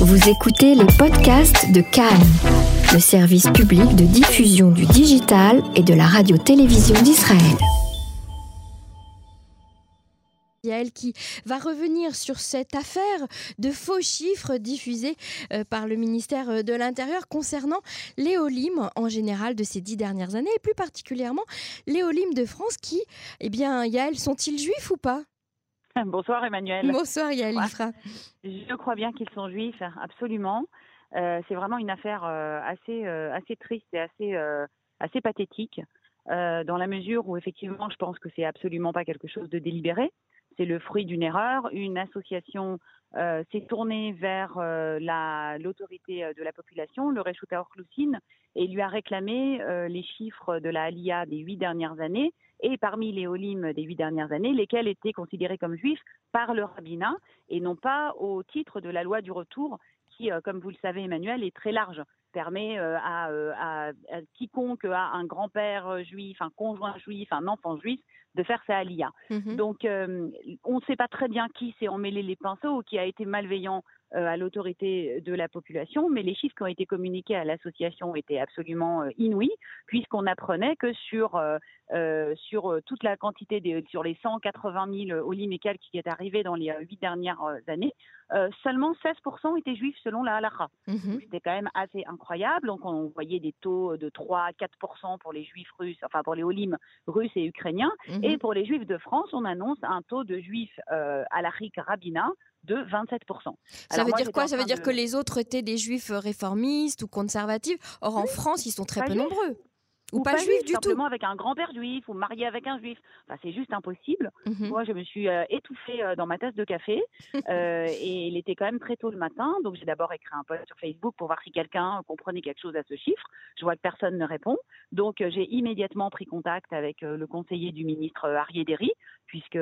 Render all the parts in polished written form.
Vous écoutez les podcasts de Cannes, le service public de diffusion du digital et de la radio-télévision d'Israël. Yael qui va revenir sur cette affaire de faux chiffres diffusés par le ministère de l'Intérieur concernant les Olim en général de ces 10 dernières années et plus particulièrement les Olim de France qui, Yael, sont-ils juifs ou pas ? Bonsoir Emmanuel. Bonsoir Yael Ifra. Je crois bien qu'ils sont juifs, absolument. C'est vraiment une affaire assez triste et assez pathétique dans la mesure où effectivement je pense que c'est absolument pas quelque chose de délibéré. C'est le fruit d'une erreur. Une association s'est tournée vers l'autorité de la population, le Reshut HaOchlousin, et lui a réclamé les chiffres de la Aliyah des 8 dernières années, et parmi les Olim des 8 dernières années, lesquels étaient considérés comme juifs par le rabbinat, et non pas au titre de la loi du retour, qui, comme vous le savez Emmanuel, est très large, permet à quiconque a un grand-père juif, un conjoint juif, un enfant juif, de faire sa aliyah. Donc, on ne sait pas très bien qui s'est emmêlé les pinceaux ou qui a été malveillant à l'autorité de la population, mais les chiffres qui ont été communiqués à l'association étaient absolument inouïs, puisqu'on apprenait que sur toute la quantité, sur les 180 000 Olim et quelques qui est arrivé dans les 8 dernières années, seulement 16% étaient juifs selon la halakha. C'était quand même assez incroyable. Donc on voyait des taux de 3 à 4% pour les juifs russes, enfin pour les Olim russes et ukrainiens. Et pour les juifs de France, on annonce un taux de juifs halakhiques rabbinat de 27%. Ça veut dire quoi ? Ça veut dire que les autres étaient des juifs réformistes ou conservatifs. Or, en France, ils sont très peu nombreux. Ou pas juifs du tout. Simplement avec un grand-père juif ou marié avec un juif. Enfin, c'est juste impossible. Moi, je me suis étouffée dans ma tasse de café et il était quand même très tôt le matin. Donc, j'ai d'abord écrit un post sur Facebook pour voir si quelqu'un comprenait quelque chose à ce chiffre. Je vois que personne ne répond. Donc, j'ai immédiatement pris contact avec le conseiller du ministre Aryeh Deri, puisque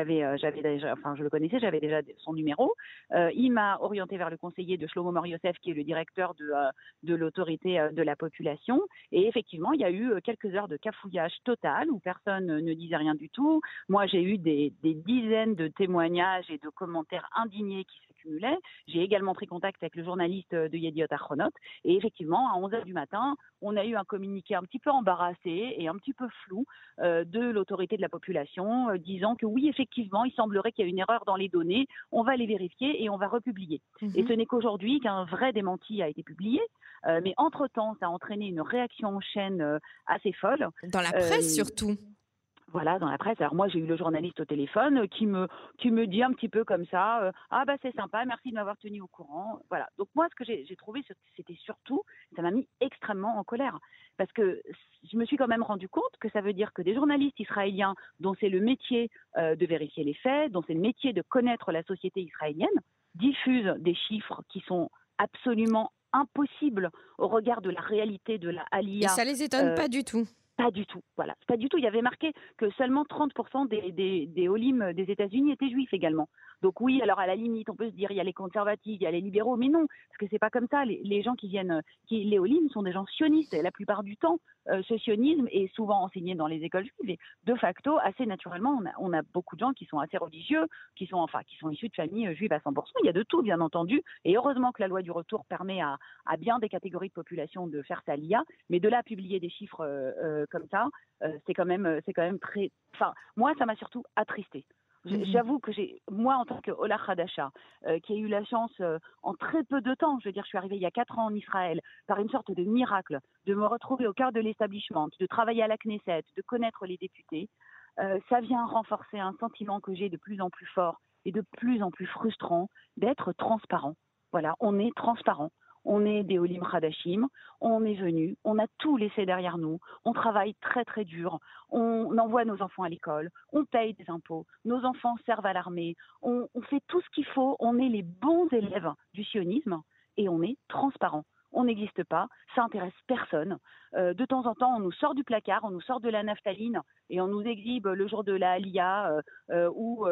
je le connaissais, j'avais déjà son numéro. Il m'a orienté vers le conseiller de Shlomo Mor Yosef, qui est le directeur de l'autorité de la population. Et effectivement, il y a eu quelques heures de cafouillage total où personne ne disait rien du tout. Moi, j'ai eu des dizaines de témoignages et de commentaires indignés qui s'accumulaient. J'ai également pris contact avec le journaliste de Yediot Ahronot. Et effectivement, à 11h du matin, on a eu un communiqué un petit peu embarrassé et un petit peu flou de l'autorité de la population disant que oui, effectivement, il semblerait qu'il y a une erreur dans les données. On va les vérifier et on va republier. Et ce n'est qu'aujourd'hui qu'un vrai démenti a été publié. Mais entre-temps, ça a entraîné une réaction en chaîne assez folle. Dans la presse surtout. Voilà, dans la presse. Alors moi, j'ai eu le journaliste au téléphone qui me dit un petit peu comme ça, c'est sympa, merci de m'avoir tenu au courant. Voilà. Donc moi, ce que j'ai trouvé, c'était surtout, ça m'a mis extrêmement en colère. Parce que je me suis quand même rendu compte que ça veut dire que des journalistes israéliens dont c'est le métier de vérifier les faits, dont c'est le métier de connaître la société israélienne, diffusent des chiffres qui sont absolument impossible au regard de la réalité de la Aliyah. Et ça les étonne pas du tout. Pas du tout, voilà. Pas du tout. Il y avait marqué que seulement 30% des Olim des États-Unis étaient juifs également. Donc oui, alors à la limite, on peut se dire il y a les conservatifs, il y a les libéraux, mais non, parce que c'est pas comme ça. Les gens qui viennent, les Olim sont des gens sionistes. Et la plupart du temps, ce sionisme est souvent enseigné dans les écoles juives. Et de facto, assez naturellement, on a beaucoup de gens qui sont assez religieux, qui sont issus de familles juives à 100%. Il y a de tout, bien entendu. Et heureusement que la loi du retour permet à bien des catégories de population de faire sa LIA. Mais de là à publier des chiffres comme ça, c'est quand même très. Enfin, moi, ça m'a surtout attristée. J'avoue que moi, en tant que Ola Hadasha, qui a eu la chance en très peu de temps, je veux dire, je suis arrivée il y a 4 ans en Israël, par une sorte de miracle, de me retrouver au cœur de l'establishment, de travailler à la Knesset, de connaître les députés, ça vient renforcer un sentiment que j'ai de plus en plus fort et de plus en plus frustrant d'être transparent. Voilà, on est transparent. On est des Olim Hadashim, on est venus, on a tout laissé derrière nous, on travaille très très dur, on envoie nos enfants à l'école, on paye des impôts, nos enfants servent à l'armée, on fait tout ce qu'il faut, on est les bons élèves du sionisme et on est transparent. On n'existe pas, ça intéresse personne. De temps en temps, on nous sort du placard, on nous sort de la naphtaline et on nous exhibe le jour de la Aliyah ou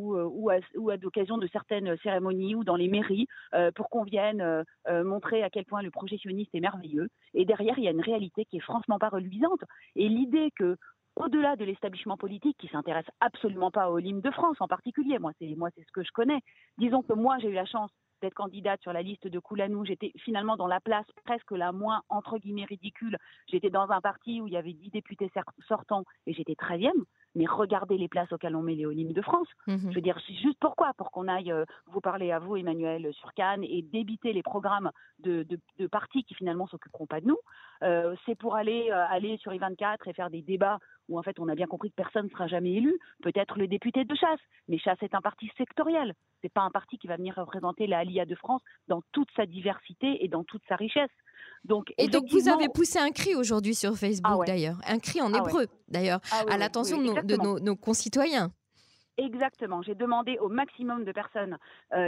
à l'occasion de certaines cérémonies ou dans les mairies pour qu'on vienne montrer à quel point le projet sioniste est merveilleux. Et derrière, il y a une réalité qui est franchement pas reluisante. Et l'idée que au-delà de l'établissement politique qui s'intéresse absolument pas aux Olim de France en particulier, moi c'est ce que je connais. Disons que moi j'ai eu la chance d'être candidate sur la liste de Koulanou. J'étais finalement dans la place presque la moins, entre guillemets, ridicule. J'étais dans un parti où il y avait 10 députés sortants et j'étais 13e. Mais regardez les places auxquelles on met les Olympes de France. Je veux dire, juste pourquoi ? Pour qu'on aille vous parler à vous, Emmanuel, sur Cannes et débiter les programmes de partis qui finalement ne s'occuperont pas de nous. C'est pour aller sur I24 et faire des débats où en fait on a bien compris que personne ne sera jamais élu. Peut-être le député de Chasse, mais Chasse est un parti sectoriel. C'est pas un parti qui va venir représenter la Alia de France dans toute sa diversité et dans toute sa richesse. Donc vous avez poussé un cri aujourd'hui sur Facebook d'ailleurs, un cri en hébreu d'ailleurs, à l'attention de nos concitoyens. Exactement. J'ai demandé au maximum de personnes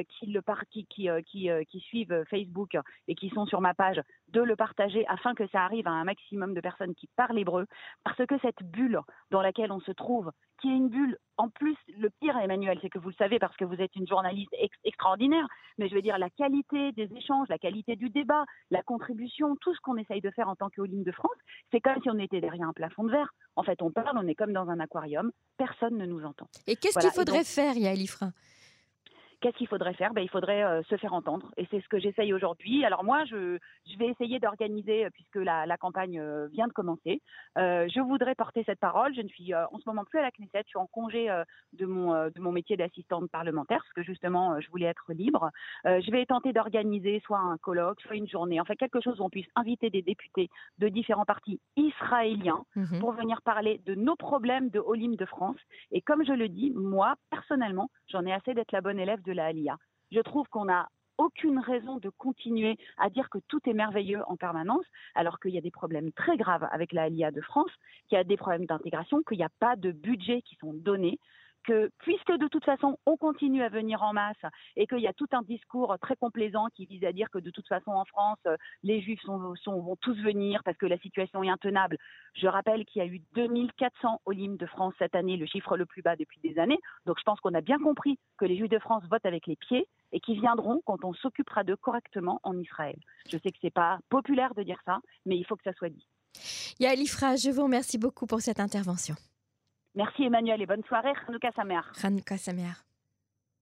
qui suivent Facebook et qui sont sur ma page de le partager afin que ça arrive à un maximum de personnes qui parlent hébreu. Parce que cette bulle dans laquelle on se trouve, qui est une bulle, en plus, le pire, Emmanuel, c'est que vous le savez parce que vous êtes une journaliste extraordinaire, mais je veux dire la qualité des échanges, la qualité du débat, la contribution, tout ce qu'on essaye de faire en tant qu'Olympe de France, c'est comme si on était derrière un plafond de verre. En fait, on parle, on est comme dans un aquarium, personne ne nous entend. Et qu'est-ce qu'il faudrait faire, Yaël Ifra ? Qu'est-ce qu'il faudrait faire ? Il faudrait se faire entendre. Et c'est ce que j'essaye aujourd'hui. Alors moi, je vais essayer d'organiser, puisque la campagne vient de commencer. Je voudrais porter cette parole. Je ne suis en ce moment plus à la Knesset. Je suis en congé de mon métier d'assistante parlementaire, parce que justement, je voulais être libre. Je vais tenter d'organiser soit un colloque, soit une journée. Enfin, quelque chose où on puisse inviter des députés de différents partis israéliens pour venir parler de nos problèmes de Olim de France. Et comme je le dis, moi, personnellement, j'en ai assez d'être la bonne élève de la Alia. Je trouve qu'on n'a aucune raison de continuer à dire que tout est merveilleux en permanence, alors qu'il y a des problèmes très graves avec la Alia de France, qu'il y a des problèmes d'intégration, qu'il n'y a pas de budget qui sont donnés, que puisque de toute façon on continue à venir en masse et qu'il y a tout un discours très complaisant qui vise à dire que de toute façon en France les Juifs vont tous venir parce que la situation est intenable. Je rappelle qu'il y a eu 2400 Olympes de France cette année, le chiffre le plus bas depuis des années. Donc je pense qu'on a bien compris que les Juifs de France votent avec les pieds et qu'ils viendront quand on s'occupera d'eux correctement en Israël. Je sais que c'est pas populaire de dire ça, mais il faut que ça soit dit. Yaël Ifra, je vous remercie beaucoup pour cette intervention. Merci Emmanuel et bonne soirée. Hanouka Sameach. Hanouka Sameach.